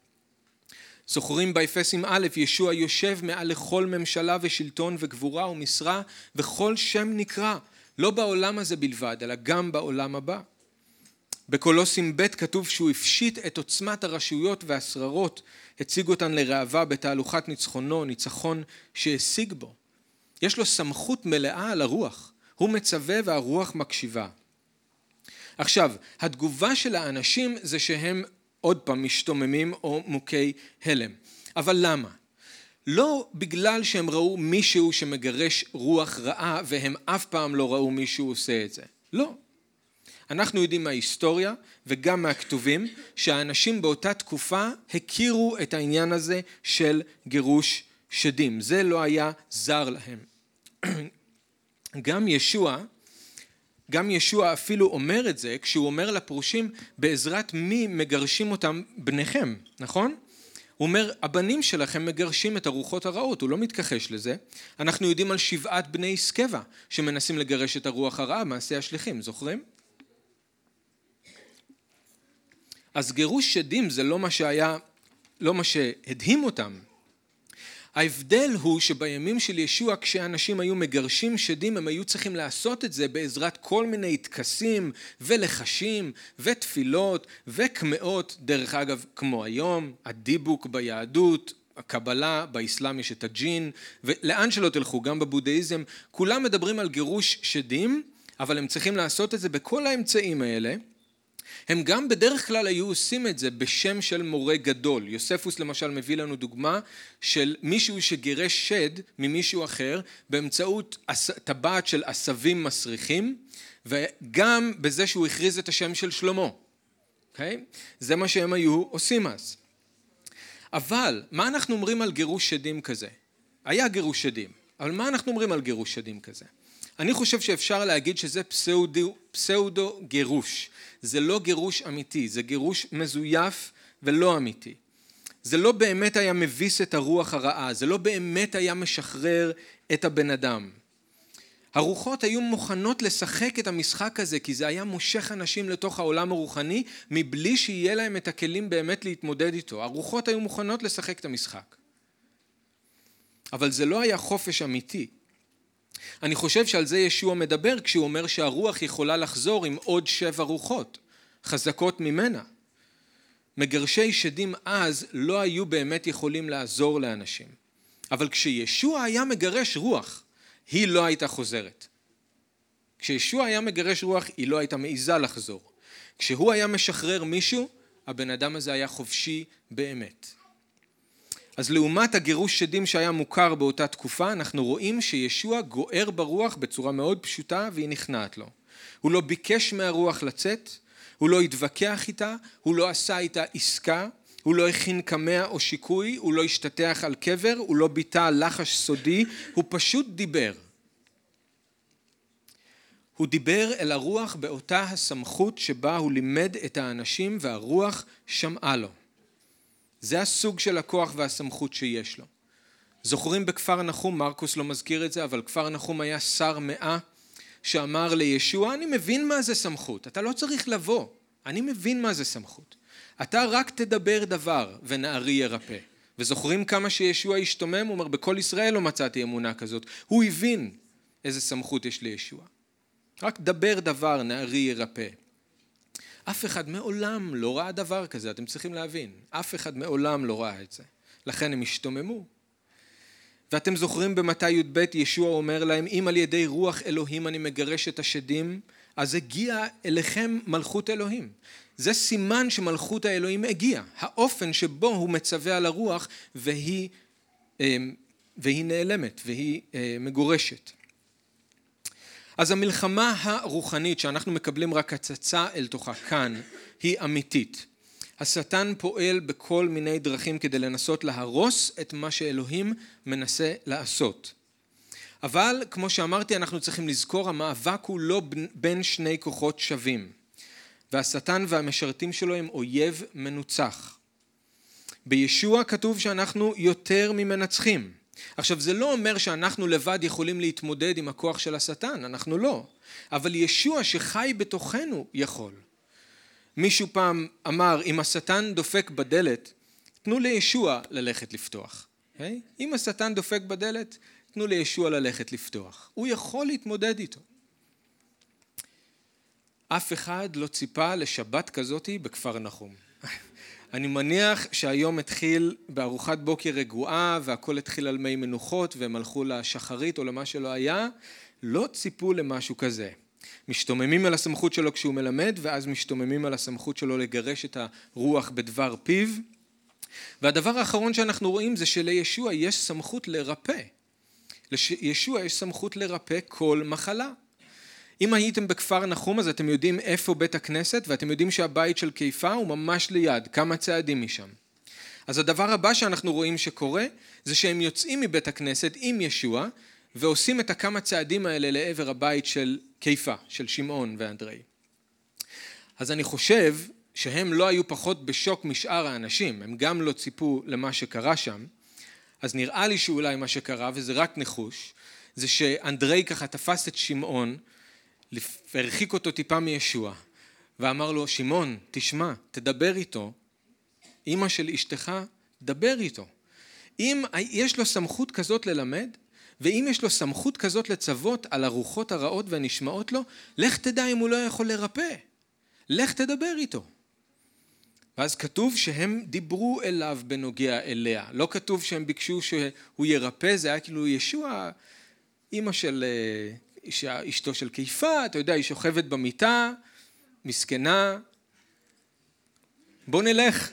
זוכרים באפסים א', ישוע יושב מעל לכל ממשלה ושלטון וגבורה ומשרה, וכל שם נקרא, לא בעולם הזה בלבד, אלא גם בעולם הבא. בקולוסים ב' כתוב שהוא הפשיט את עוצמת הרשויות והשררות, הציג אותן לראווה בתהלוכת ניצחונו, ניצחון שהשיג בו. יש לו סמכות מלאה על הרוח, הוא מצווה והרוח מקשיבה. עכשיו, התגובה של האנשים זה שהם עוד פעם משתוממים או מוכי הלם. אבל למה? לא בגלל שהם ראו מישהו שמגרש רוח רעה והם אף פעם לא ראו מישהו עושה את זה. לא. אנחנו יודעים מההיסטוריה וגם מהכתובים שהאנשים באותה תקופה הכירו את העניין הזה של גירוש שדים. זה לא היה זר להם. גם ישוע אפילו אומר את זה כשהוא אומר לפרושים בעזרת מי מגרשים אותם בניכם, נכון? הוא אומר הבנים שלכם מגרשים את הרוחות הרעות, הוא לא מתכחש לזה. אנחנו יודעים על 7 בני סקבה שמנסים לגרש את הרוח הרעה, מעשי השליחים, זוכרים? אז גירוש שדים זה לא מה שהדהים אותם. ההבדל הוא שבימים של ישוע כשאנשים היו מגרשים שדים הם היו צריכים לעשות את זה בעזרת כל מיני טקסים ולחשים ותפילות וקמאות, דרך אגב כמו היום, הדיבוק ביהדות, הקבלה, באסלאם יש את הג'ין, ולאן שלא תלכו, גם בבודהיזם, כולם מדברים על גירוש שדים, אבל הם צריכים לעשות את זה בכל האמצעים האלה. הם גם בדרך כלל היו עושים את זה בשם של מורה גדול. יוספוס למשל מביא לנו דוגמה של מישהו שגירש שד ממישהו אחר באמצעות טבעת של עשבים מסריחים, וגם בזה שהוא הכריז את השם של שלמה. Okay? זה מה שהם היו עושים אז. אבל מה אנחנו אומרים על גירוש שדים כזה? היה גירוש שדים, אבל מה אנחנו אומרים על גירוש שדים כזה? אני חושב שאפשר להגיד שזה פסאודו גירוש. זה לא גירוש אמיתי, זה גירוש מזויף ולא אמיתי. זה לא באמת היה מביס את הרוח הרעה, זה לא באמת היה משחרר את הבן אדם. הרוחות היו מוכנות לשחק את המשחק הזה, כי זה היה מושך אנשים לתוך העולם הרוחני, מבלי שיהיה להם את הכלים באמת להתמודד איתו. הרוחות היו מוכנות לשחק את המשחק. אבל זה לא היה חופש אמיתי. אני חושב שעל זה ישוע מדבר כשהוא אומר שהרוח יכולה לחזור עם עוד 7 רוחות, חזקות ממנה. מגרשי שדים אז לא היו באמת יכולים לעזור לאנשים. אבל כשישוע היה מגרש רוח, היא לא הייתה חוזרת. כשישוע היה מגרש רוח, היא לא הייתה מעיזה לחזור. כשהוא היה משחרר מישהו, הבן אדם הזה היה חופשי באמת. אז לעומת הגירוש שדים שהיה מוכר באותה תקופה, אנחנו רואים שישוע גוער ברוח בצורה מאוד פשוטה והיא נכנעת לו. הוא לא ביקש מהרוח לצאת, הוא לא התווכח איתה, הוא לא עשה איתה עסקה, הוא לא הכין קמע או שיקוי, הוא לא השתטח על קבר, הוא לא ביטא לחש סודי, הוא פשוט דיבר. הוא דיבר אל הרוח באותה הסמכות שבה הוא לימד את האנשים והרוח שמעה לו. זה הסוג של הכוח והסמכות שיש לו. זוכרים בכפר נחום, מרקוס לא מזכיר את זה, אבל כפר נחום היה שר 100 שאמר לישוע, אני מבין מה זה סמכות, אתה לא צריך לבוא, אני מבין מה זה סמכות. אתה רק תדבר דבר ונערי ירפא. וזוכרים כמה שישוע השתומם? הוא אומר, בכל ישראל לא מצאתי אמונה כזאת. הוא הבין איזה סמכות יש לישוע. רק דבר דבר, נערי ירפא. אף אחד מעולם לא ראה דבר כזה, אתם צריכים להבין. אף אחד מעולם לא ראה את זה. לכן הם השתוממו. ואתם זוכרים במתי י"ב ישוע אומר להם, אם על ידי רוח אלוהים אני מגרש את השדים, אז הגיע אליכם מלכות אלוהים. זה סימן שמלכות האלוהים הגיע. האופן שבו הוא מצווה על הרוח והיא נעלמת והיא מגורשת. אז המלחמה הרוחנית שאנחנו מקבלים רק הצצה אל תוכה כאן היא אמיתית. השטן פועל בכל מיני דרכים כדי לנסות להרוס את מה שאלוהים מנסה לעשות. אבל כמו שאמרתי, אנחנו צריכים לזכור, המאבק הוא לא בין שני כוחות שווים. והשטן והמשרתים שלו הם אויב מנוצח. בישוע כתוב שאנחנו יותר ממנצחים. עכשיו זה לא אומר שאנחנו לבד יכולים להתמודד עם הכוח של השטן, אנחנו לא. אבל ישוע שחי בתוכנו יכול. מישהו פעם אמר, אם השטן דופק בדלת, תנו לישוע ללכת לפתוח. אם השטן דופק בדלת, תנו לישוע ללכת לפתוח. הוא יכול להתמודד איתו. אף אחד לא ציפה לשבת כזאת בכפר נחום. אני מניח שהיום התחיל בארוחת בוקר רגועה, והכל התחיל על מי מנוחות, והם הלכו לשחרית או למה שלא היה. לא ציפו למשהו כזה. משתוממים על הסמכות שלו כשהוא מלמד, ואז משתוממים על הסמכות שלו לגרש את הרוח בדבר פיו. והדבר האחרון שאנחנו רואים זה שלישוע יש סמכות לרפא. לישוע יש סמכות לרפא כל מחלה. אם הייתם בכפר נחום אז אתם יודעים איפה בית הכנסת, ואתם יודעים שהבית של קיפה הוא ממש ליד, כמה צעדים משם. אז הדבר הבא שאנחנו רואים שקורה, זה שהם יוצאים מבית הכנסת עם ישוע, ועושים את הכמה צעדים האלה לעבר הבית של קיפה, של שמעון ואנדרי. אז אני חושב שהם לא היו פחות בשוק משאר האנשים, הם גם לא ציפו למה שקרה שם, אז נראה לי שאולי מה שקרה, וזה רק נחוש, זה שאנדרי ככה תפס את שמעון, והרחיק אותו טיפה מישוע, ואמר לו, שמעון, תשמע, תדבר איתו, אמא של אשתך, דבר איתו. אם יש לו סמכות כזאת ללמד, ואם יש לו סמכות כזאת לצוות על הרוחות הרעות והנשמעות לו, לך תדע אם הוא לא יכול לרפא. לך תדבר איתו. ואז כתוב שהם דיברו אליו בנוגע אליה. לא כתוב שהם ביקשו שהוא ירפא, זה היה כאילו ישוע, אמא של אשתו של קיפה, אתה יודע, היא שוכבת במיטה, מסכנה. בוא נלך.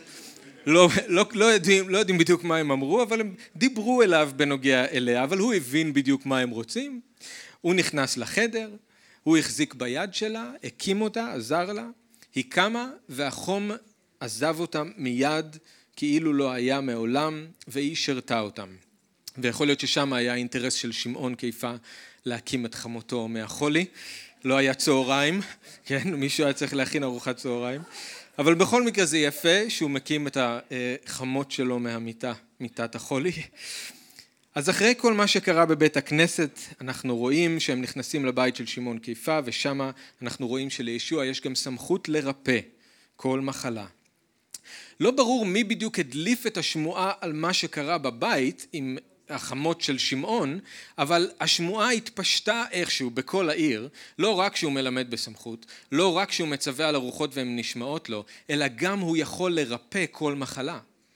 לא יודעים בדיוק מה הם אמרו, אבל הם דיברו אליו בנוגע אליה, אבל הוא הבין בדיוק מה הם רוצים. הוא נכנס לחדר, הוא החזיק ביד שלה, הקים אותה, עזר לה, היא קמה והחום עזב אותה מיד כאילו לא היה מעולם, והיא שרתה אותם. ויכול להיות ששם היה האינטרס של שמעון קיפה להקים את חמותו מהחולי. לא היה צהריים, כן? מישהו היה צריך להכין ארוחת צהריים. אבל בכל מקרה זה יפה שהוא מקים את החמות שלו מהמיטה, מיטת החולי. אז אחרי כל מה שקרה בבית הכנסת, אנחנו רואים שהם נכנסים לבית של שמעון קיפה, ושם אנחנו רואים שלישוע יש גם סמכות לרפא כל מחלה. לא ברור מי בדיוק הדליף את השמועה על מה שקרה בבית עם החמות של שמעון, אבל השמועה התפשטה איכשהו בכל העיר, לא רק שהוא מלמד בסמכות, לא רק שהוא מצווה על הרוחות והן נשמעות לו, אלא גם הוא יכול לרפא כל מחלה.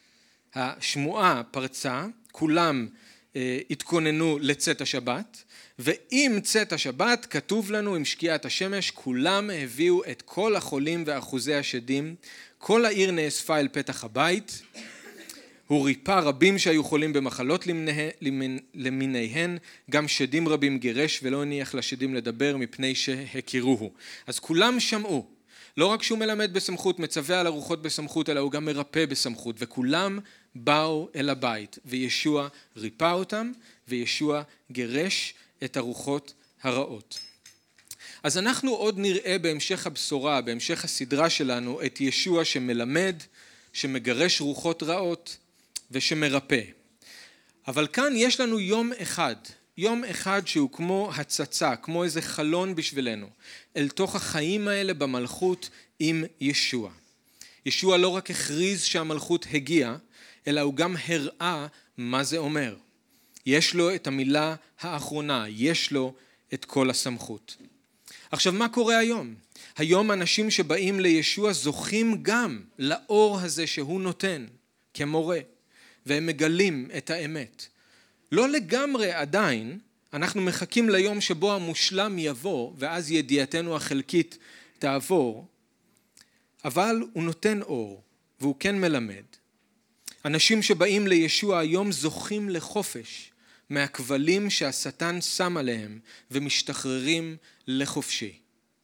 השמועה פרצה, כולם התכוננו לצאת השבת, ועם צאת השבת כתוב לנו עם שקיעת השמש, כולם הביאו את כל החולים ואחוזי השדים, כל העיר נאספה אל פתח הבית, הוא ריפא רבים שהיו חולים במחלות למיניהן, גם שדים רבים גירש ולא הניח לשדים לדבר מפני שהכירוהו. אז כולם שמעו, לא רק שהוא מלמד בסמכות, מצווה על הרוחות בסמכות, אלא הוא גם מרפא בסמכות, וכולם באו אל הבית, וישוע ריפא אותם, וישוע גירש את הרוחות הרעות. אז אנחנו עוד נראה בהמשך הבשורה, בהמשך הסדרה שלנו, את ישוע שמלמד, שמגרש רוחות רעות, ושמרפא. אבל כאן יש לנו יום אחד שהוא כמו הצצה, כמו איזה חלון בשבילנו, אל תוך החיים האלה במלכות עם ישוע. ישוע לא רק הכריז שהמלכות הגיעה, אלא הוא גם הראה מה זה אומר. יש לו את המילה האחרונה, יש לו את כל הסמכות. עכשיו, מה קורה היום? היום אנשים שבאים לישוע זוכים גם לאור הזה שהוא נותן כמורה, והם מגלים את האמת. לא לגמרי עדיין, אנחנו מחכים ליום שבו המושלם יבוא, ואז ידיעתנו החלקית תעבור, אבל הוא נותן אור, והוא כן מלמד. אנשים שבאים לישוע היום זוכים לחופש, מהכבלים שהשטן שם עליהם, ומשתחררים לחופשי.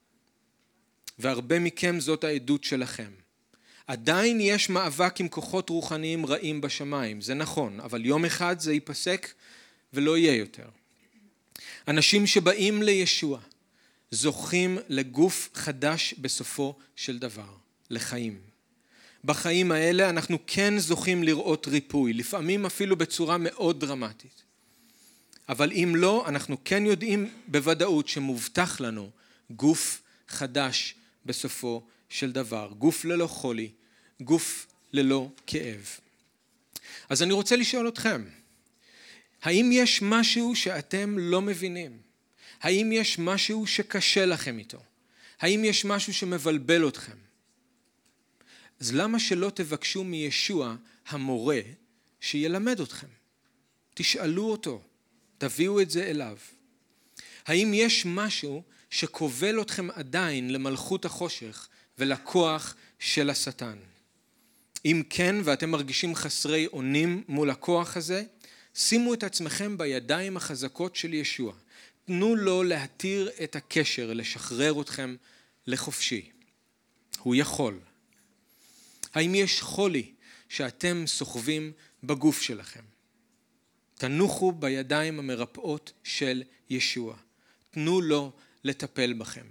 והרבה מכם זאת העדות שלכם. עדיין יש מאבק עם כוחות רוחניים רעים בשמיים, זה נכון, אבל יום אחד זה ייפסק ולא יהיה יותר. אנשים שבאים לישוע זוכים לגוף חדש בסופו של דבר, לחיים. בחיים האלה אנחנו כן זוכים לראות ריפוי, לפעמים אפילו בצורה מאוד דרמטית. אבל אם לא, אנחנו כן יודעים בוודאות שמובטח לנו גוף חדש בסופו של דבר, גוף ללא חולי, גוף ללא כאב. אז אני רוצה לשאול אתכם, האם יש משהו שאתם לא מבינים? האם יש משהו שקשה לכם איתו? האם יש משהו שמבלבל אתכם? אז למה שלא תבקשו מישוע המורה שילמד אתכם? תשאלו אותו, תביאו את זה אליו. האם יש משהו שכובל אתכם עדיין למלכות החושך ולכוח של השטן? אם כן ואתם מרגישים חסרי אונים מול הכוח הזה, שימו את עצמכם בידיים החזקות של ישוע. תנו לו להתיר את הקשר, לשחרר אתכם לחופשי. הוא יכול. האם יש חולי שאתם סוחבים בגוף שלכם? תנוחו בידיים המרפאות של ישוע. תנו לו לטפל בכם.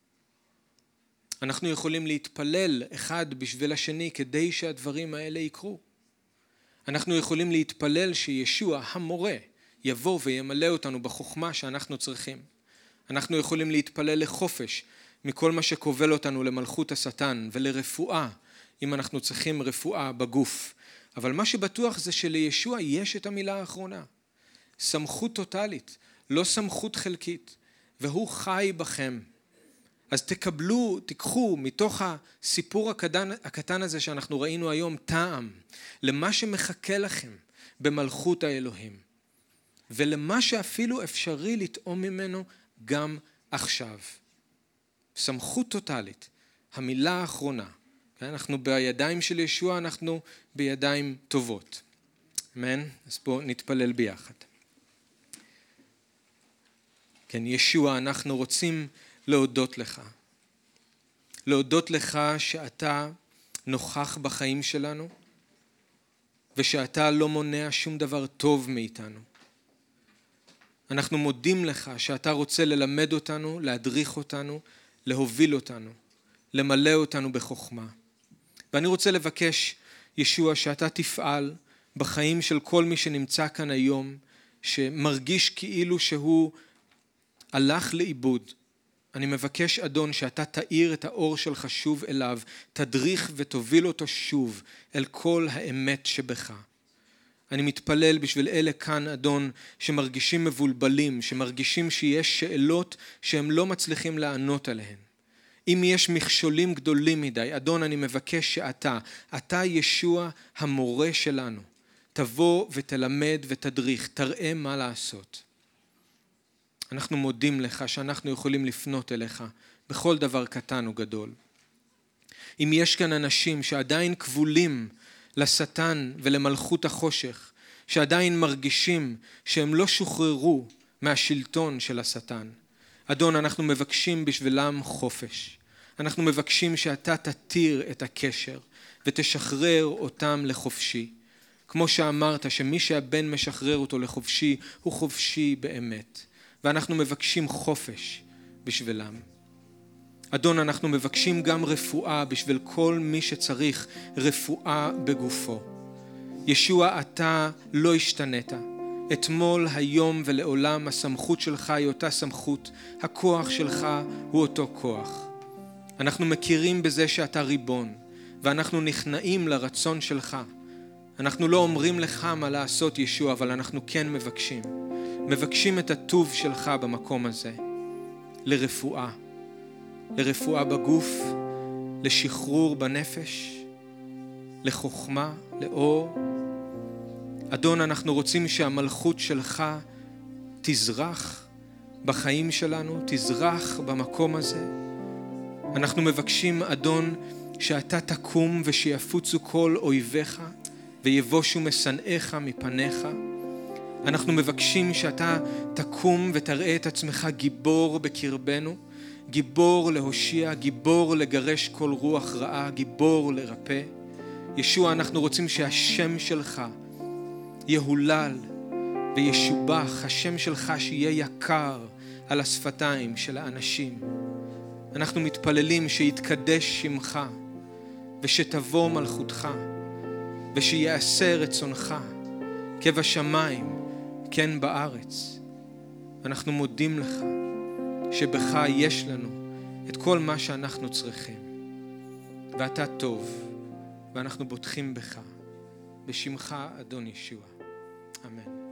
אנחנו יכולים להתפלל אחד בשביל השני כדי שהדברים האלה יקרו. אנחנו יכולים להתפלל שישוע המורה יבוא וימלא אותנו בחוכמה שאנחנו צריכים. אנחנו יכולים להתפלל לחופש מכל מה שכובל אותנו למלכות השטן ולרפואה אם אנחנו צריכים רפואה בגוף. אבל מה שבטוח זה שלישוע יש את המילה האחרונה. סמכות טוטלית, לא סמכות חלקית, והוא חי בכם. אז תיקחו מתוך הסיפור הקטן הזה שאנחנו ראינו היום טעם למה שמחכה לכם במלכות האלוהים, ולמה שאפילו אפשרי לטעום ממנו גם עכשיו. סמכות טוטלית, המילה האחרונה. אנחנו בידיים של ישוע, אנחנו בידיים טובות. אמן? אז בואו נתפלל ביחד. כן, ישוע, אנחנו רוצים להודות לך. להודות לך שאתה נוכח בחיים שלנו, ושאתה לא מונע שום דבר טוב מאיתנו. אנחנו מודים לך שאתה רוצה ללמד אותנו, להדריך אותנו, להוביל אותנו, למלא אותנו בחוכמה. ואני רוצה לבקש, ישוע, שאתה תפעל בחיים של כל מי שנמצא כאן היום, שמרגיש כאילו שהוא הלך לאיבוד. אני מבקש, אדון, שאתה תאיר את האור שלך שוב אליו, תדריך ותוביל אותו שוב אל כל האמת שבך. אני מתפלל בשביל אלה כאן, אדון, שמרגישים מבולבלים, שמרגישים שיש שאלות שהם לא מצליחים לענות עליהן. אם יש מכשולים גדולים מדי, אדון, אני מבקש אתה ישוע המורה שלנו, תבוא ותלמד ותדריך, תראה מה לעשות. אנחנו מודים לך שאנחנו יכולים לפנות אליך בכל דבר קטן או גדול. אם יש כאן אנשים שעדיין כבולים לשטן ולמלכות החושך, שעדיין מרגישים שהם לא שוחררו מהשלטון של השטן, אדון, אנחנו מבקשים בשבילם חופש. אנחנו מבקשים שאתה תתיר את הקשר ותשחרר אותם לחופשי. כמו שאמרת, שמי שהבן משחרר אותו לחופשי, הוא חופשי באמת. ואנחנו מבקשים חופש בשבילם. אדון, אנחנו מבקשים גם רפואה בשביל כל מי שצריך רפואה בגופו. ישוע, אתה לא השתנית. אתמול, היום ולעולם הסמכות שלך היא אותה סמכות, הכוח שלך הוא אותו כוח. אנחנו מכירים בזה שאתה ריבון, ואנחנו נכנעים לרצון שלך, אנחנו לא אומרים לך מה לעשות ישוע, אבל אנחנו כן מבקשים את הטוב שלך במקום הזה, לרפואה בגוף, לשחרור בנפש, לחוכמה, לאור. אדון, אנחנו רוצים שהמלכות שלך תזרח בחיים שלנו, תזרח במקום הזה. אנחנו מבקשים, אדון, שאתה תקום ושיפוצו כל אויביך ויבושו משנאיך מפניך. אנחנו מבקשים שאתה תקום ותראה את עצמך גיבור בקרבנו, גיבור להושיע, גיבור לגרש כל רוח רעה, גיבור לרפא. ישוע, אנחנו רוצים שהשם שלך יהולל וישובח, השם שלך שיהיה יקר על השפתיים של האנשים. אנחנו מתפללים שיתקדש שמך ושתבוא מלכותך ושיעשה רצונך כבשמיים כן בארץ. אנחנו מודים לך שבך יש לנו את כל מה שאנחנו צריכים, ואתה טוב, ואנחנו בוטחים בך, בשמך אדון ישוע. אמן.